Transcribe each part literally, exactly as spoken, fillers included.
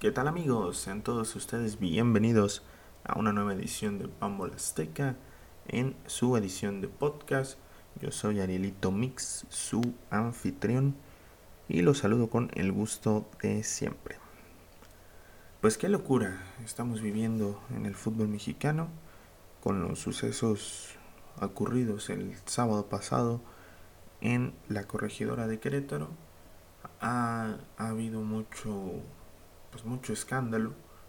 ¿Qué tal amigos? Sean todos ustedes bienvenidos a una nueva edición de Pambol Azteca en su edición de podcast. Yo soy Arielito Mix, su anfitrión, y los saludo con el gusto de siempre. Pues qué locura estamos viviendo en el fútbol mexicano con los sucesos ocurridos el sábado pasado en la corregidora de Querétaro. Ha, ha habido mucho, pues mucho escándalo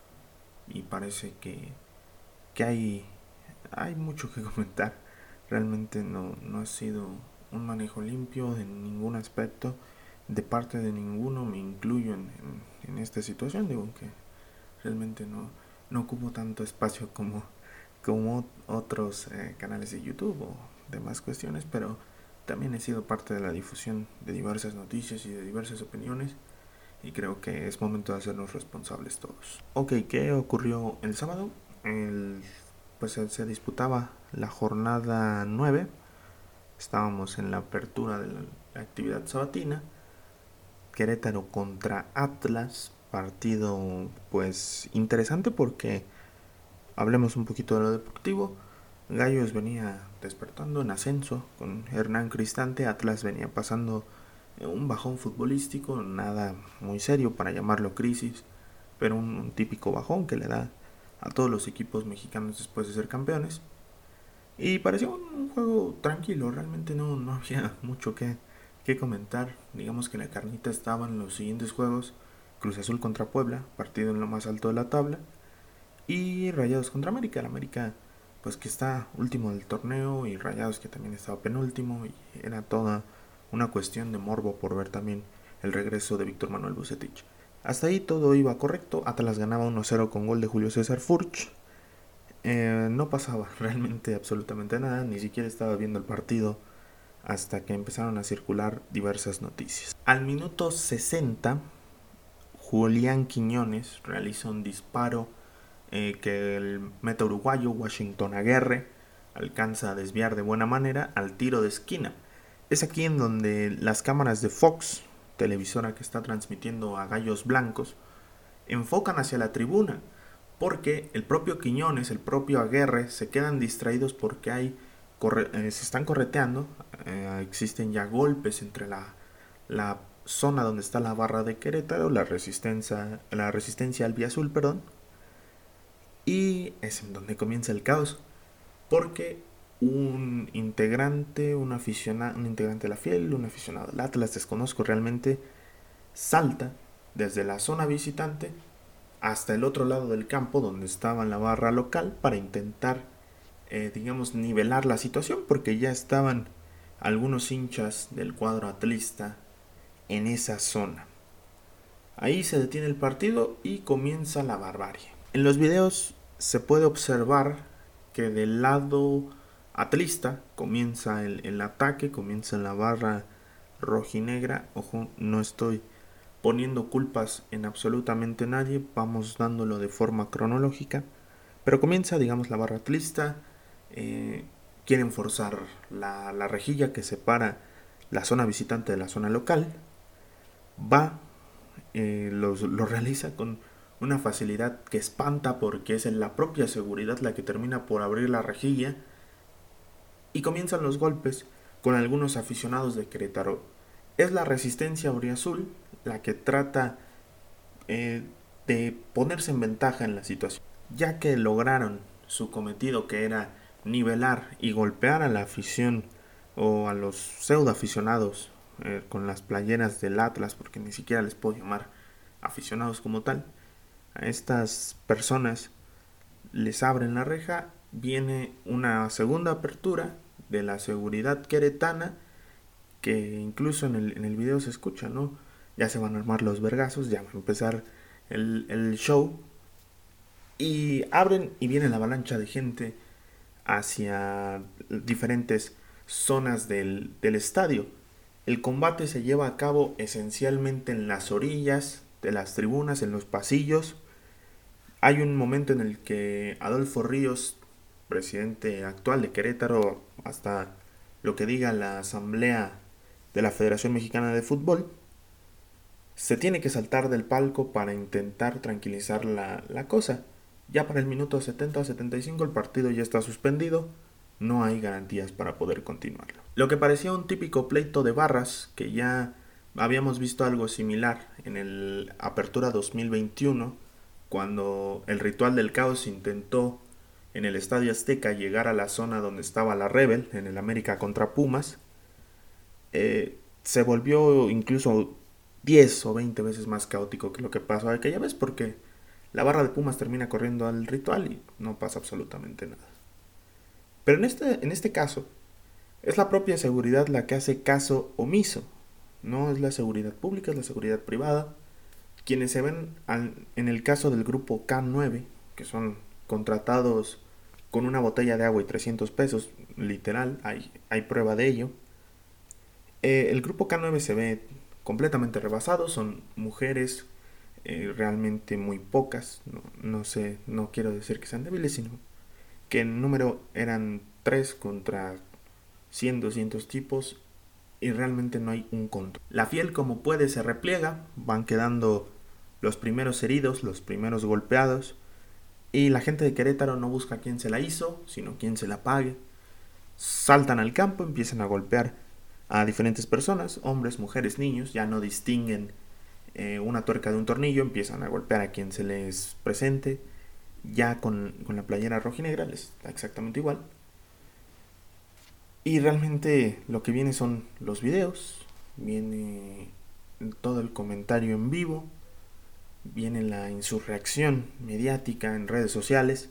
y parece que, que hay, hay mucho que comentar. Realmente no, no ha sido un manejo limpio en ningún aspecto de parte de ninguno, me incluyo en, en, en esta situación. Digo que realmente no, no ocupo tanto espacio como, como otros eh, canales de YouTube o demás cuestiones, pero también he sido parte de la difusión de diversas noticias y de diversas opiniones, y creo que es momento de hacernos responsables todos. Ok, ¿qué ocurrió el sábado? El, pues se disputaba la jornada nueve. Estábamos en la apertura de la actividad sabatina. Querétaro contra Atlas, partido pues interesante porque hablemos un poquito de lo deportivo. Gallos venía despertando en ascenso con Hernán Cristante. Atlas venía pasando un bajón futbolístico, nada muy serio para llamarlo crisis, pero un, un típico bajón que le da a todos los equipos mexicanos después de ser campeones. Y pareció un, un juego tranquilo, realmente no, no había mucho que, que comentar. Digamos que la carnita estaba en los siguientes juegos: Cruz Azul contra Puebla, partido en lo más alto de la tabla, y Rayados contra América. El América pues que está último del torneo, y Rayados que también estaba penúltimo, y era toda una cuestión de morbo por ver también el regreso de Víctor Manuel Bucetich. Hasta ahí todo iba correcto. Atlas ganaba uno cero con gol de Julio César Furch. Eh, no pasaba realmente absolutamente nada, ni siquiera estaba viendo el partido hasta que empezaron a circular diversas noticias. Al minuto sesenta, Julián Quiñones realiza un disparo eh, que el meta uruguayo Washington Aguirre alcanza a desviar de buena manera al tiro de esquina. Es aquí en donde las cámaras de Fox, televisora que está transmitiendo a Gallos Blancos, enfocan hacia la tribuna, porque el propio Quiñones, el propio Aguirre se quedan distraídos porque hay corre- eh, se están correteando, eh, existen ya golpes entre la, la zona donde está la barra de Querétaro, la resistencia, la resistencia albiazul, perdón, y es en donde comienza el caos, porque un integrante, un aficionado, un integrante de la Fiel, un aficionado del Atlas, desconozco realmente, salta desde la zona visitante hasta el otro lado del campo donde estaba la barra local para intentar, eh, digamos, nivelar la situación, porque ya estaban algunos hinchas del cuadro atlista en esa zona. Ahí se detiene el partido y comienza la barbarie. En los videos se puede observar que del lado atlista comienza el, el ataque, comienza la barra rojinegra. Ojo, no estoy poniendo culpas en absolutamente nadie, vamos dándolo de forma cronológica, pero comienza, digamos, la barra atlista, eh, quieren forzar la, la rejilla que separa la zona visitante de la zona local, va, eh, los, lo realiza con una facilidad que espanta, porque es la propia seguridad la que termina por abrir la rejilla, y comienzan los golpes con algunos aficionados de Querétaro. Es la resistencia auriazul la que trata eh, de ponerse en ventaja en la situación, ya que lograron su cometido, que era nivelar y golpear a la afición o a los pseudo aficionados eh, con las playeras del Atlas, porque ni siquiera les puedo llamar aficionados como tal. A estas personas les abren la reja, viene una segunda apertura de la seguridad queretana, que incluso en el, en el video se escucha, ¿no? Ya se van a armar los vergazos, ya va a empezar el, el show, y abren y viene la avalancha de gente hacia diferentes zonas del, del estadio. El combate se lleva a cabo esencialmente en las orillas de las tribunas, en los pasillos. Hay un momento en el que Adolfo Ríos, presidente actual de Querétaro, hasta lo que diga la asamblea de la Federación Mexicana de Fútbol, se tiene que saltar del palco para intentar tranquilizar la, la cosa. Ya para el minuto setenta o setenta y cinco el partido ya está suspendido, no hay garantías para poder continuarlo. Lo que parecía un típico pleito de barras, que ya habíamos visto algo similar en el Apertura dos mil veintiuno, cuando el Ritual del Caos intentó en el Estadio Azteca llegar a la zona donde estaba la Rebel, en el América contra Pumas, eh, se volvió incluso diez o veinte veces más caótico que lo que pasó aquella vez, porque la barra de Pumas termina corriendo al Ritual y no pasa absolutamente nada. Pero en este, en este caso, es la propia seguridad la que hace caso omiso. No es la seguridad pública, es la seguridad privada. Quienes se ven al, en el caso del grupo K nueve, que son contratados con una botella de agua y trescientos pesos, literal, hay, hay prueba de ello. Eh, el grupo K nueve se ve completamente rebasado, son mujeres eh, realmente muy pocas, no, no sé, no quiero decir que sean débiles, sino que en número eran tres contra cien, doscientos tipos y realmente no hay un control. La Fiel como puede se repliega, van quedando los primeros heridos, los primeros golpeados y la gente de Querétaro no busca quién se la hizo, sino quién se la pague. Saltan al campo, empiezan a golpear a diferentes personas, hombres, mujeres, niños, ya no distinguen eh, una tuerca de un tornillo, empiezan a golpear a quien se les presente. Ya con, con la playera rojinegra les da exactamente igual. Y realmente lo que viene son los videos, viene todo el comentario en vivo, viene la insurrección mediática en redes sociales.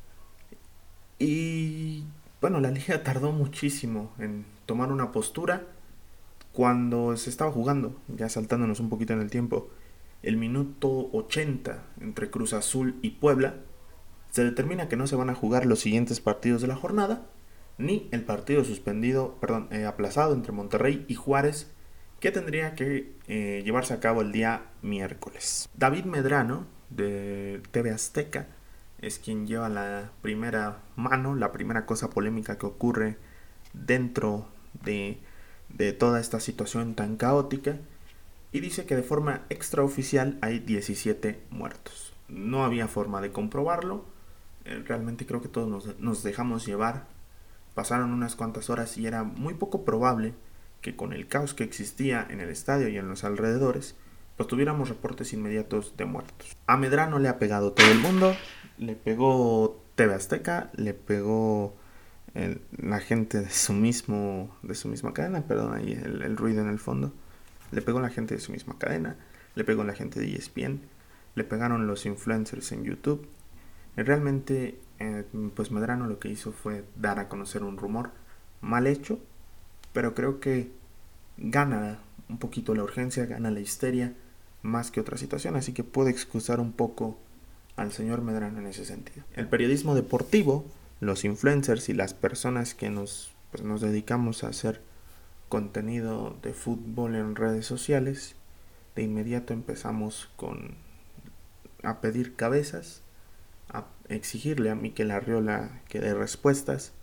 Y bueno, la liga tardó muchísimo en tomar una postura cuando se estaba jugando, ya saltándonos un poquito en el tiempo, el minuto ochenta entre Cruz Azul y Puebla. Se determina que no se van a jugar los siguientes partidos de la jornada, ni el partido suspendido, perdón, eh, aplazado entre Monterrey y Juárez, que tendría que eh, llevarse a cabo el día miércoles. David Medrano, de T V Azteca, es quien lleva la primera mano, la primera cosa polémica que ocurre dentro de, de toda esta situación tan caótica, y dice que de forma extraoficial hay diecisiete muertos. No había forma de comprobarlo. Realmente creo que todos nos, nos dejamos llevar. Pasaron unas cuantas horas y era muy poco probable que con el caos que existía en el estadio y en los alrededores, pues tuviéramos reportes inmediatos de muertos. A Medrano le ha pegado todo el mundo, le pegó T V Azteca, le pegó el, la gente de su mismo de su misma cadena, perdón, ahí el, el ruido en el fondo, le pegó la gente de su misma cadena, le pegó la gente de E S P N, le pegaron los influencers en YouTube. Realmente, eh, pues Medrano lo que hizo fue dar a conocer un rumor mal hecho, pero creo que gana un poquito la urgencia, gana la histeria más que otra situación, así que puede excusar un poco al señor Medrano en ese sentido. El periodismo deportivo, los influencers y las personas que nos, pues, nos dedicamos a hacer contenido de fútbol en redes sociales, de inmediato empezamos con a pedir cabezas, a exigirle a Mikel Arriola que dé respuestas.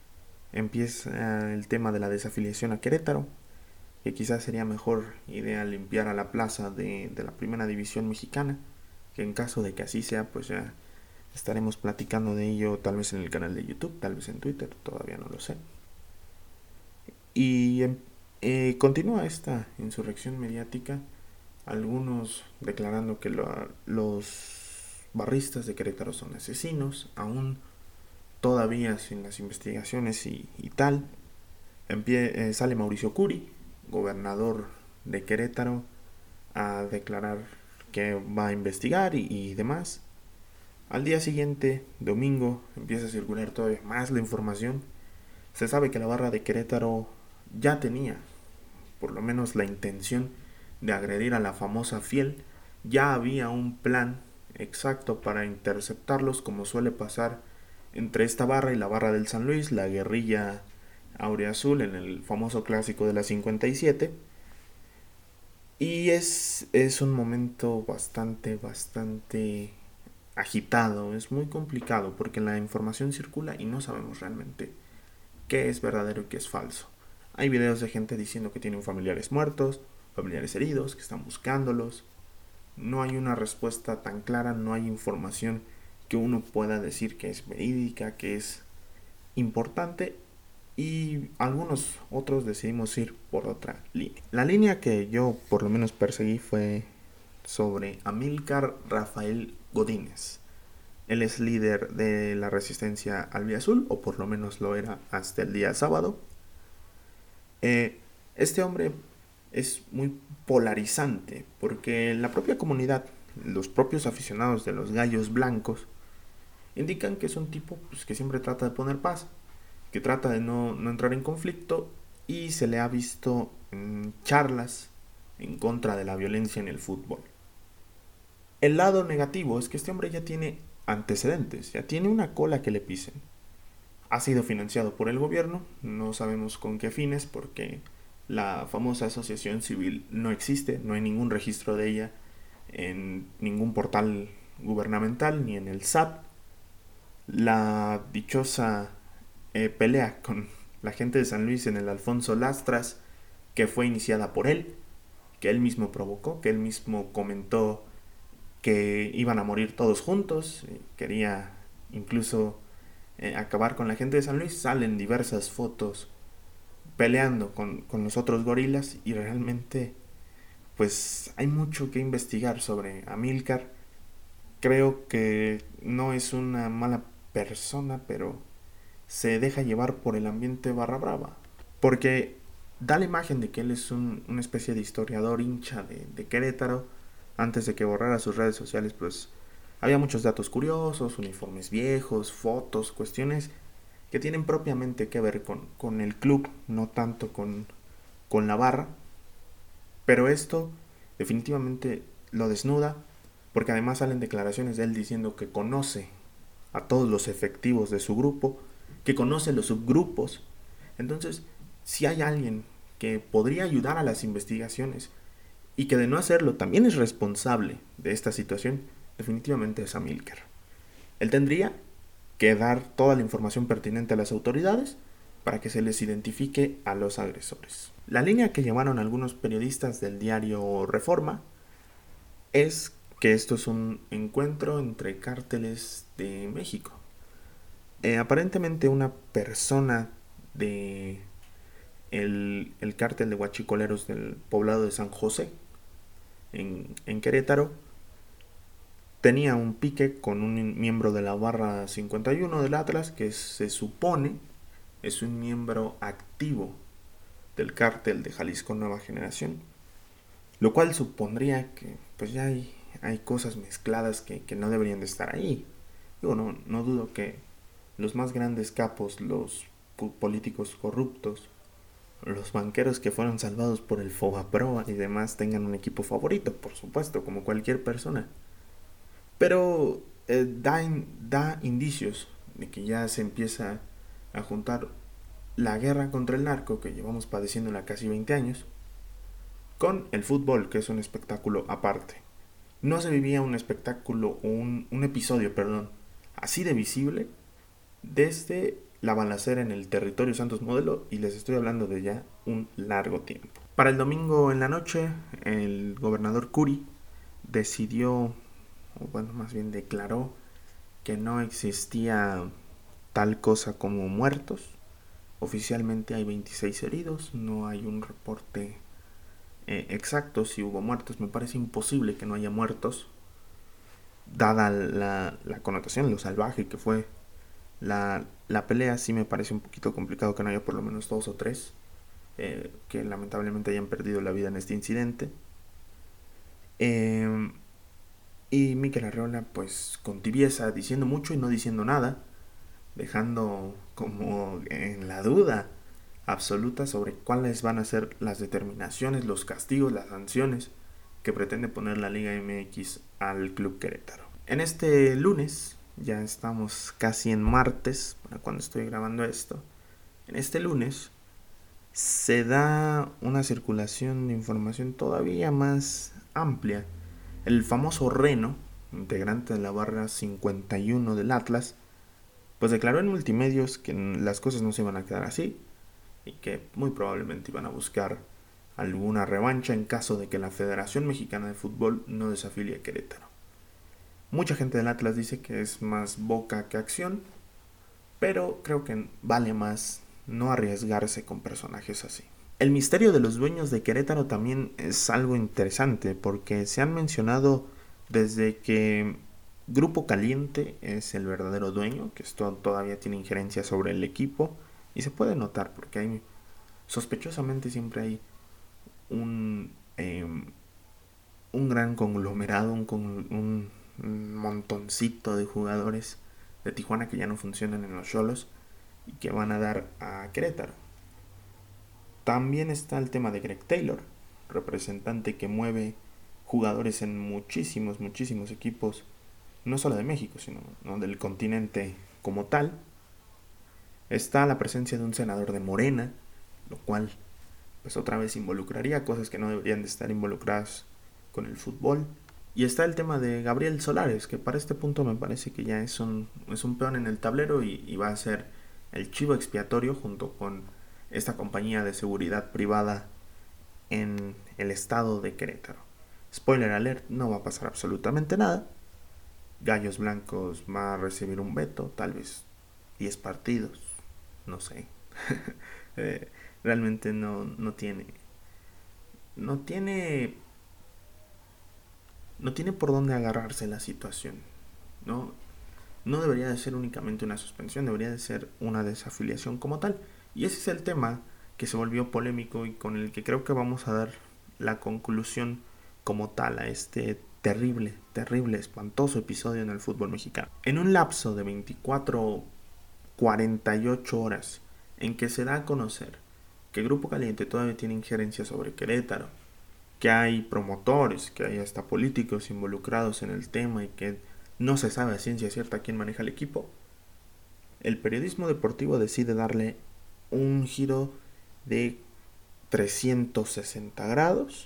Empieza el tema de la desafiliación a Querétaro, que quizás sería mejor idea limpiar a la plaza de, de la primera división mexicana, que en caso de que así sea, pues ya estaremos platicando de ello tal vez en el canal de YouTube, tal vez en Twitter, todavía no lo sé. Y eh, continúa esta insurrección mediática, algunos declarando que lo, los barristas de Querétaro son asesinos, aún todavía sin las investigaciones y, y tal. Empie- eh, sale Mauricio Curi, gobernador de Querétaro, a declarar que va a investigar y, y demás. Al día siguiente, domingo, empieza a circular todavía más la información. Se sabe que la barra de Querétaro ya tenía, por lo menos, la intención de agredir a la famosa Fiel. Ya había un plan exacto para interceptarlos, como suele pasar entre esta barra y la barra del San Luis, la guerrilla aureazul en el famoso clásico de la cincuenta y siete. Y es, es un momento bastante, bastante agitado, es muy complicado porque la información circula y no sabemos realmente qué es verdadero y qué es falso. Hay videos de gente diciendo que tienen familiares muertos, familiares heridos, que están buscándolos. No hay una respuesta tan clara, no hay información que uno pueda decir que es verídica, que es importante, y algunos otros decidimos ir por otra línea. La línea que yo por lo menos perseguí fue sobre Amílcar Rafael Godínez. Él es líder de la resistencia albiazul, o por lo menos lo era hasta el día sábado. Eh, este hombre es muy polarizante porque la propia comunidad, los propios aficionados de los gallos blancos, indican que es un tipo pues, que siempre trata de poner paz, que trata de no, no entrar en conflicto, y se le ha visto en charlas en contra de la violencia en el fútbol. El lado negativo es que este hombre ya tiene antecedentes, ya tiene una cola que le pisen. Ha sido financiado por el gobierno, no sabemos con qué fines, porque la famosa asociación civil no existe, no hay ningún registro de ella en ningún portal gubernamental ni en el S A T. La dichosa eh, pelea con la gente de San Luis en el Alfonso Lastras, que fue iniciada por él, que él mismo provocó, que él mismo comentó que iban a morir todos juntos, quería incluso eh, acabar con la gente de San Luis. Salen diversas fotos peleando con, con los otros gorilas, y realmente pues hay mucho que investigar sobre Amílcar. Creo que no es una mala persona, pero se deja llevar por el ambiente barra brava, porque da la imagen de que él es un, una especie de historiador hincha de, de Querétaro. Antes de que borrara sus redes sociales, pues había muchos datos curiosos, uniformes viejos, fotos, cuestiones que tienen propiamente que ver con, con el club, no tanto con, con la barra. Pero esto definitivamente lo desnuda, porque además salen declaraciones de él diciendo que conoce a todos los efectivos de su grupo, que conoce los subgrupos. Entonces, si hay alguien que podría ayudar a las investigaciones, y que de no hacerlo también es responsable de esta situación, definitivamente es Amílcar. Él tendría que dar toda la información pertinente a las autoridades para que se les identifique a los agresores. La línea que llevaron algunos periodistas del diario Reforma es que esto es un encuentro entre cárteles de México. Eh, aparentemente una persona de el, el cártel de huachicoleros del poblado de San José, en, en Querétaro, tenía un pique con un miembro de la barra cincuenta y uno del Atlas, que se supone es un miembro activo del cártel de Jalisco Nueva Generación, lo cual supondría que pues ya hay, hay cosas mezcladas que, que no deberían de estar ahí. Digo, no, no dudo que los más grandes capos, los políticos corruptos, los banqueros que fueron salvados por el Fobaproa y demás tengan un equipo favorito, por supuesto, como cualquier persona. Pero eh, da, in, da indicios de que ya se empieza a juntar la guerra contra el narco, que llevamos padeciéndola casi veinte años, con el fútbol, que es un espectáculo aparte. No se vivía un espectáculo, un, un episodio, perdón, así de visible desde la balacera en el territorio Santos Modelo, y les estoy hablando de ya un largo tiempo. Para el domingo en la noche, el gobernador Curi decidió, o bueno, más bien declaró, que no existía tal cosa como muertos. Oficialmente hay veintiséis heridos, no hay un reporte eh, exacto si hubo muertos. Me parece imposible que no haya muertos, dada la, la connotación, lo salvaje que fue la, la pelea. Sí me parece un poquito complicado que no haya por lo menos dos o tres eh, que lamentablemente hayan perdido la vida en este incidente. Eh, y Mikel Arreola, pues con tibieza, diciendo mucho y no diciendo nada, dejando como en la duda absoluta sobre cuáles van a ser las determinaciones, los castigos, las sanciones que pretende poner la Liga M X al Club Querétaro. En este lunes, ya estamos casi en martes para cuando estoy grabando esto, en este lunes se da una circulación de información todavía más amplia. El famoso Reno, integrante de la barra cincuenta y uno del Atlas, pues declaró en multimedios que las cosas no se iban a quedar así y que muy probablemente iban a buscar alguna revancha en caso de que la Federación Mexicana de Fútbol no desafilie a Querétaro. Mucha gente del Atlas dice que es más boca que acción, pero creo que vale más no arriesgarse con personajes así. El misterio de los dueños de Querétaro también es algo interesante, porque se han mencionado desde que Grupo Caliente es el verdadero dueño, que esto todavía tiene injerencia sobre el equipo, y se puede notar porque hay, sospechosamente siempre hay un, eh, un gran conglomerado, un, un, un montoncito de jugadores de Tijuana que ya no funcionan en los Xolos y que van a dar a Querétaro. También está el tema de Greg Taylor, representante que mueve jugadores en muchísimos, muchísimos equipos, no solo de México, sino ¿no? del continente como tal. Está la presencia de un senador de Morena, lo cual pues otra vez involucraría cosas que no deberían de estar involucradas con el fútbol. Y está el tema de Gabriel Solares, que para este punto me parece que ya es un, es un peón en el tablero y, y va a ser el chivo expiatorio junto con esta compañía de seguridad privada en el estado de Querétaro. Spoiler alert, no va a pasar absolutamente nada. Gallos Blancos va a recibir un veto, tal vez diez partidos, no sé. eh, realmente no, no tiene... No tiene... No tiene por dónde agarrarse la situación. No, no debería de ser únicamente una suspensión, debería de ser una desafiliación como tal. Y ese es el tema que se volvió polémico y con el que creo que vamos a dar la conclusión como tal a este terrible, terrible, espantoso episodio en el fútbol mexicano. En un lapso de veinticuatro, cuarenta y ocho horas en que se da a conocer que Grupo Caliente todavía tiene injerencia sobre Querétaro, que hay promotores, que hay hasta políticos involucrados en el tema y que no se sabe a ciencia cierta quién maneja el equipo, el periodismo deportivo decide darle un giro de trescientos sesenta grados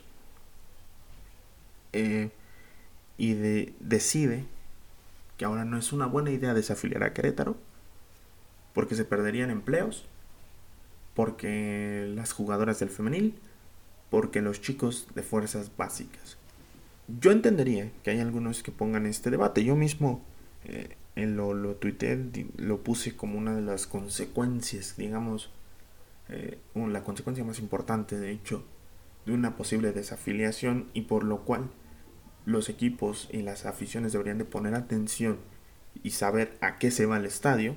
eh, y de, decide que ahora no es una buena idea desafiliar a Querétaro porque se perderían empleos, porque las jugadoras del femenil, porque los chicos de fuerzas básicas. Yo entendería que hay algunos que pongan este debate. Yo mismo eh, lo, lo tuiteé, lo puse como una de las consecuencias, digamos, eh, la consecuencia más importante, de hecho, de una posible desafiliación y por lo cual los equipos y las aficiones deberían de poner atención y saber a qué se va el estadio.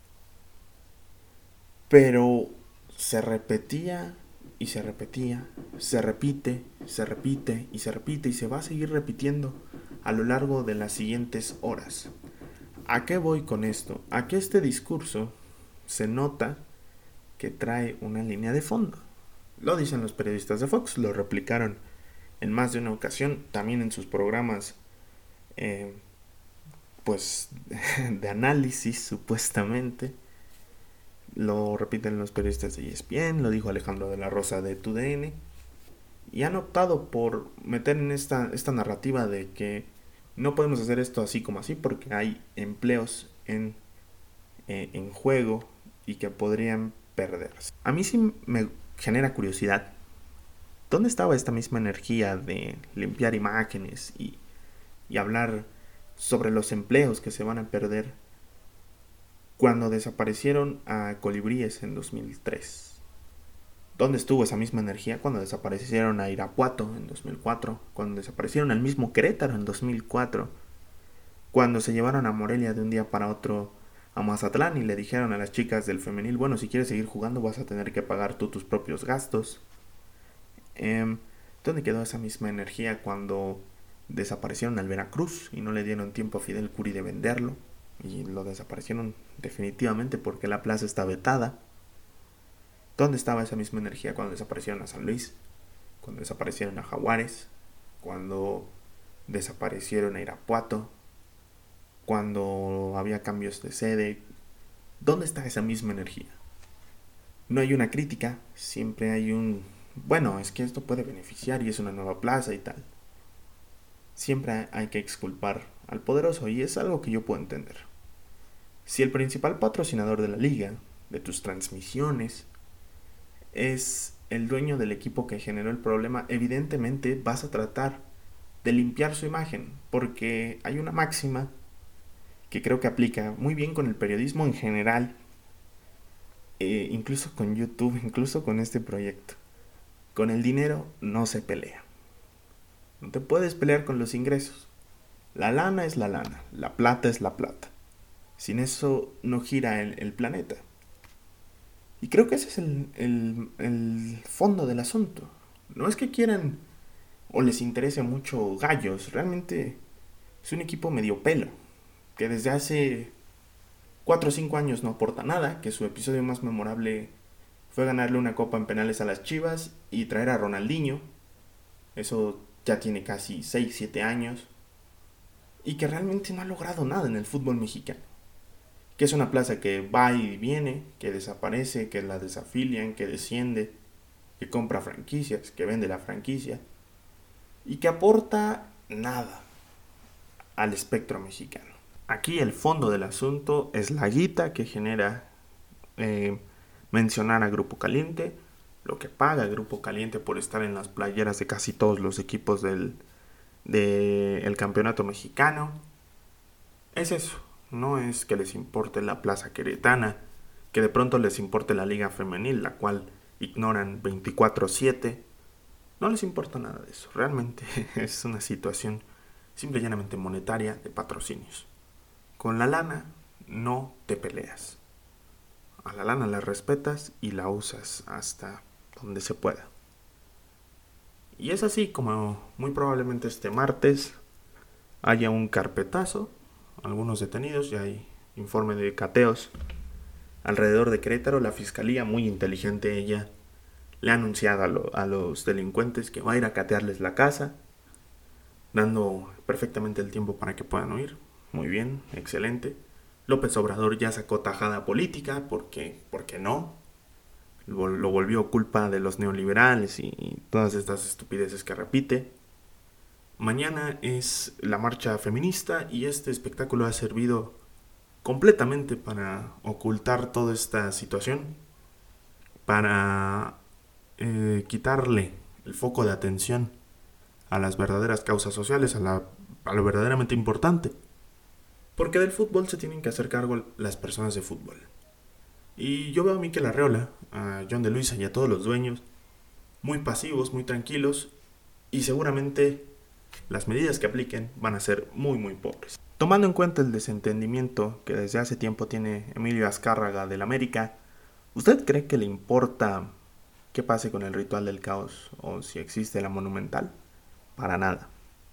Pero se repetía y se repetía, se repite, se repite y se repite y se va a seguir repitiendo a lo largo de las siguientes horas. ¿A qué voy con esto? A que este discurso se nota que trae una línea de fondo. Lo dicen los periodistas de Fox, lo replicaron en más de una ocasión, también en sus programas eh, pues de análisis supuestamente. Lo repiten los periodistas de E S P N, lo dijo Alejandro de la Rosa de T U D N, y han optado por meter en esta, esta narrativa de que no podemos hacer esto así como así porque hay empleos en, eh, en juego y que podrían perderse. A mí sí me genera curiosidad, ¿dónde estaba esta misma energía de limpiar imágenes y, y hablar sobre los empleos que se van a perder cuando desaparecieron a Colibríes en dos mil tres? ¿Dónde estuvo esa misma energía cuando desaparecieron a Irapuato en dos mil cuatro? Cuando desaparecieron al mismo Querétaro en dos mil cuatro? Cuando se llevaron a Morelia de un día para otro a Mazatlán y le dijeron a las chicas del femenil, bueno, si quieres seguir jugando vas a tener que pagar tú tus propios gastos. Eh, ¿Dónde quedó esa misma energía cuando desaparecieron al Veracruz y no le dieron tiempo a Fidel Curi de venderlo? Y lo desaparecieron definitivamente porque la plaza está vetada. ¿Dónde estaba esa misma energía cuando desaparecieron a San Luis? Cuando desaparecieron a Jaguares, cuando desaparecieron a Irapuato, cuando había cambios de sede. ¿Dónde está esa misma energía? No hay una crítica, siempre hay un... bueno, es que esto puede beneficiar y es una nueva plaza y tal. Siempre hay que exculpar al poderoso y es algo que yo puedo entender. Si el principal patrocinador de la liga, de tus transmisiones, es el dueño del equipo que generó el problema, evidentemente vas a tratar de limpiar su imagen, porque hay una máxima que creo que aplica muy bien con el periodismo en general, eh, incluso con YouTube, incluso con este proyecto. Con el dinero no se pelea. No te puedes pelear con los ingresos. La lana es la lana, la plata es la plata. Sin eso no gira el, el planeta. Y creo que ese es el, el, el fondo del asunto. No es que quieran o les interese mucho Gallos, realmente es un equipo medio pelo, que desde hace cuatro o cinco años no aporta nada, que su episodio más memorable fue ganarle una copa en penales a las Chivas y traer a Ronaldinho. Eso ya tiene casi seis siete años. Y que realmente no ha logrado nada en el fútbol mexicano. Que es una plaza que va y viene, que desaparece, que la desafilian, que desciende, que compra franquicias, que vende la franquicia. Y que aporta nada al espectro mexicano. Aquí el fondo del asunto es la guita que genera eh, mencionar a Grupo Caliente, lo que paga Grupo Caliente por estar en las playeras de casi todos los equipos del, del campeonato mexicano. Es eso, no es que les importe la plaza queretana, que de pronto les importe la liga femenil, la cual ignoran veinticuatro siete. No les importa nada de eso, realmente es una situación simple y llanamente monetaria de patrocinios. Con la lana no te peleas. A la lana la respetas y la usas hasta donde se pueda. Y es así como muy probablemente este martes haya un carpetazo, algunos detenidos, ya hay informe de cateos alrededor de Querétaro. La fiscalía, muy inteligente ella, le ha anunciado a, lo, a los delincuentes que va a ir a catearles la casa, dando perfectamente el tiempo para que puedan huir. Muy bien, excelente. López Obrador ya sacó tajada política, porque, porque no. Lo volvió culpa de los neoliberales y todas estas estupideces que repite. Mañana es la marcha feminista y este espectáculo ha servido completamente para ocultar toda esta situación, para eh, quitarle el foco de atención a las verdaderas causas sociales, a, la, a lo verdaderamente importante. Porque del fútbol se tienen que hacer cargo las personas de fútbol. Y yo veo a Mikel Arreola, a John de Luisa y a todos los dueños muy pasivos, muy tranquilos, y seguramente las medidas que apliquen van a ser muy muy pobres. Tomando en cuenta el desentendimiento que desde hace tiempo tiene Emilio Azcárraga del América, ¿usted cree que le importa qué pase con el ritual del caos o si existe la Monumental? Para nada.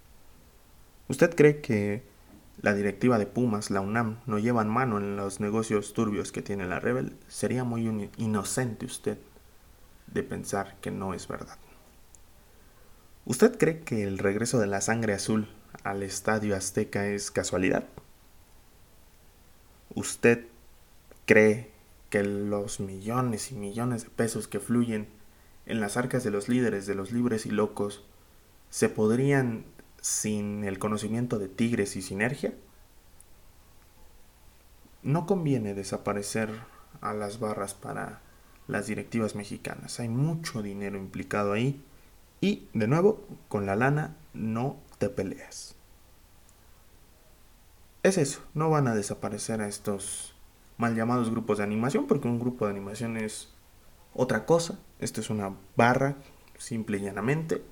¿Usted cree que la directiva de Pumas, la UNAM, no llevan mano en los negocios turbios que tiene la Rebel? Sería muy inocente usted de pensar que no es verdad. ¿Usted cree que el regreso de la sangre azul al Estadio Azteca es casualidad? ¿Usted cree que los millones y millones de pesos que fluyen en las arcas de los líderes de los libres y locos se podrían sin el conocimiento de Tigres y Sinergia? No conviene desaparecer a las barras para las directivas mexicanas. Hay mucho dinero implicado ahí. Y, de nuevo, con la lana no te peleas. Es eso, no van a desaparecer a estos mal llamados grupos de animación, porque un grupo de animación es otra cosa. Esto es una barra, simple y llanamente.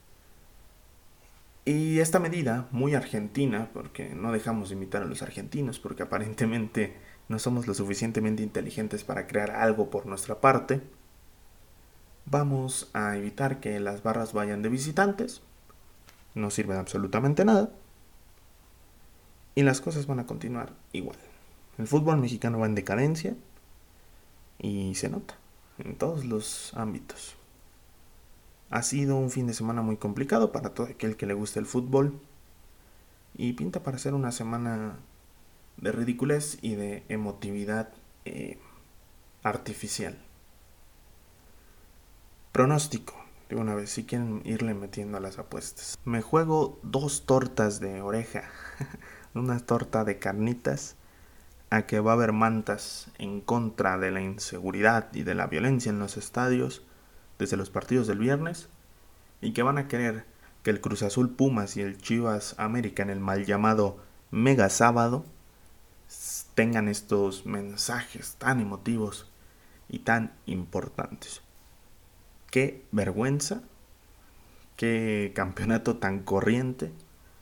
Y esta medida, muy argentina, porque no dejamos de imitar a los argentinos, porque aparentemente no somos lo suficientemente inteligentes para crear algo por nuestra parte, vamos a evitar que las barras vayan de visitantes, no sirve de absolutamente nada, y las cosas van a continuar igual. El fútbol mexicano va en decadencia y se nota en todos los ámbitos. Ha sido un fin de semana muy complicado para todo aquel que le guste el fútbol y pinta para ser una semana de ridiculez y de emotividad eh, artificial. Pronóstico, de una vez, si quieren irle metiendo a las apuestas. Me juego dos tortas de oreja, una torta de carnitas, a que va a haber mantas en contra de la inseguridad y de la violencia en los estadios, desde los partidos del viernes y que van a querer que el Cruz Azul Pumas y el Chivas América en el mal llamado Mega Sábado tengan estos mensajes tan emotivos y tan importantes. Qué vergüenza, qué campeonato tan corriente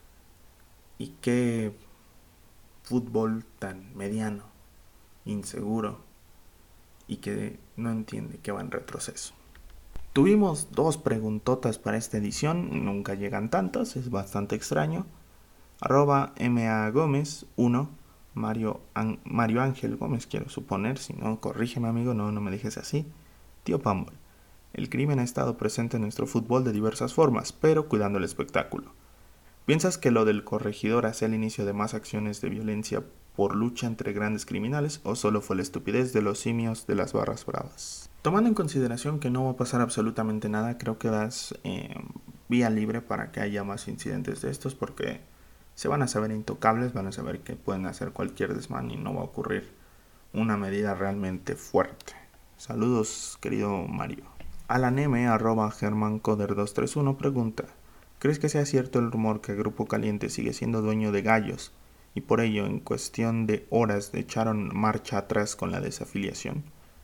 y qué fútbol tan mediano, inseguro y que no entiende que va en retroceso. Tuvimos dos preguntotas para esta edición, nunca llegan tantas, es bastante extraño. Arroba ma gómez uno, Mario, An- Mario Ángel Gómez quiero suponer, si no corrígeme amigo, no, no me dejes así. Tío Pambol, el crimen ha estado presente en nuestro fútbol de diversas formas, pero cuidando el espectáculo. ¿Piensas que lo del corregidor sea el inicio de más acciones de violencia por lucha entre grandes criminales o solo fue la estupidez de los simios de las barras bravas? Tomando en consideración que no va a pasar absolutamente nada, creo que das eh, vía libre para que haya más incidentes de estos porque se van a saber intocables, van a saber que pueden hacer cualquier desmán y no va a ocurrir una medida realmente fuerte. Saludos, querido Mario. Alan M, arroba germancoder dos tres uno pregunta: ¿crees que sea cierto el rumor que Grupo Caliente sigue siendo dueño de Gallos y por ello en cuestión de horas echaron marcha atrás con la desafiliación?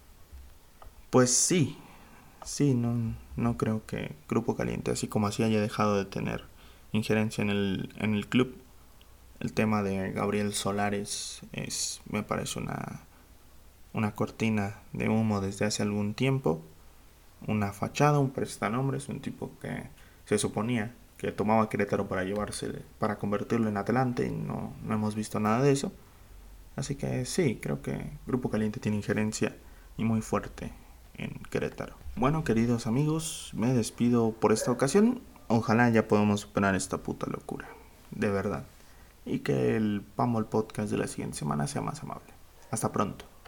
Pues sí, sí, no, no creo que Grupo Caliente, así como así haya dejado de tener injerencia en el, en el club. El tema de Gabriel Solares es, me parece una, una cortina de humo desde hace algún tiempo, una fachada, un prestanombre, es un tipo que se suponía que tomaba Querétaro para llevarse, para convertirlo en Atlante y no, no hemos visto nada de eso. Así que sí, creo que Grupo Caliente tiene injerencia y muy fuerte en Querétaro. Bueno, queridos amigos, me despido por esta ocasión. Ojalá ya podamos superar esta puta locura, de verdad. Y que el Pambol Podcast de la siguiente semana sea más amable. Hasta pronto.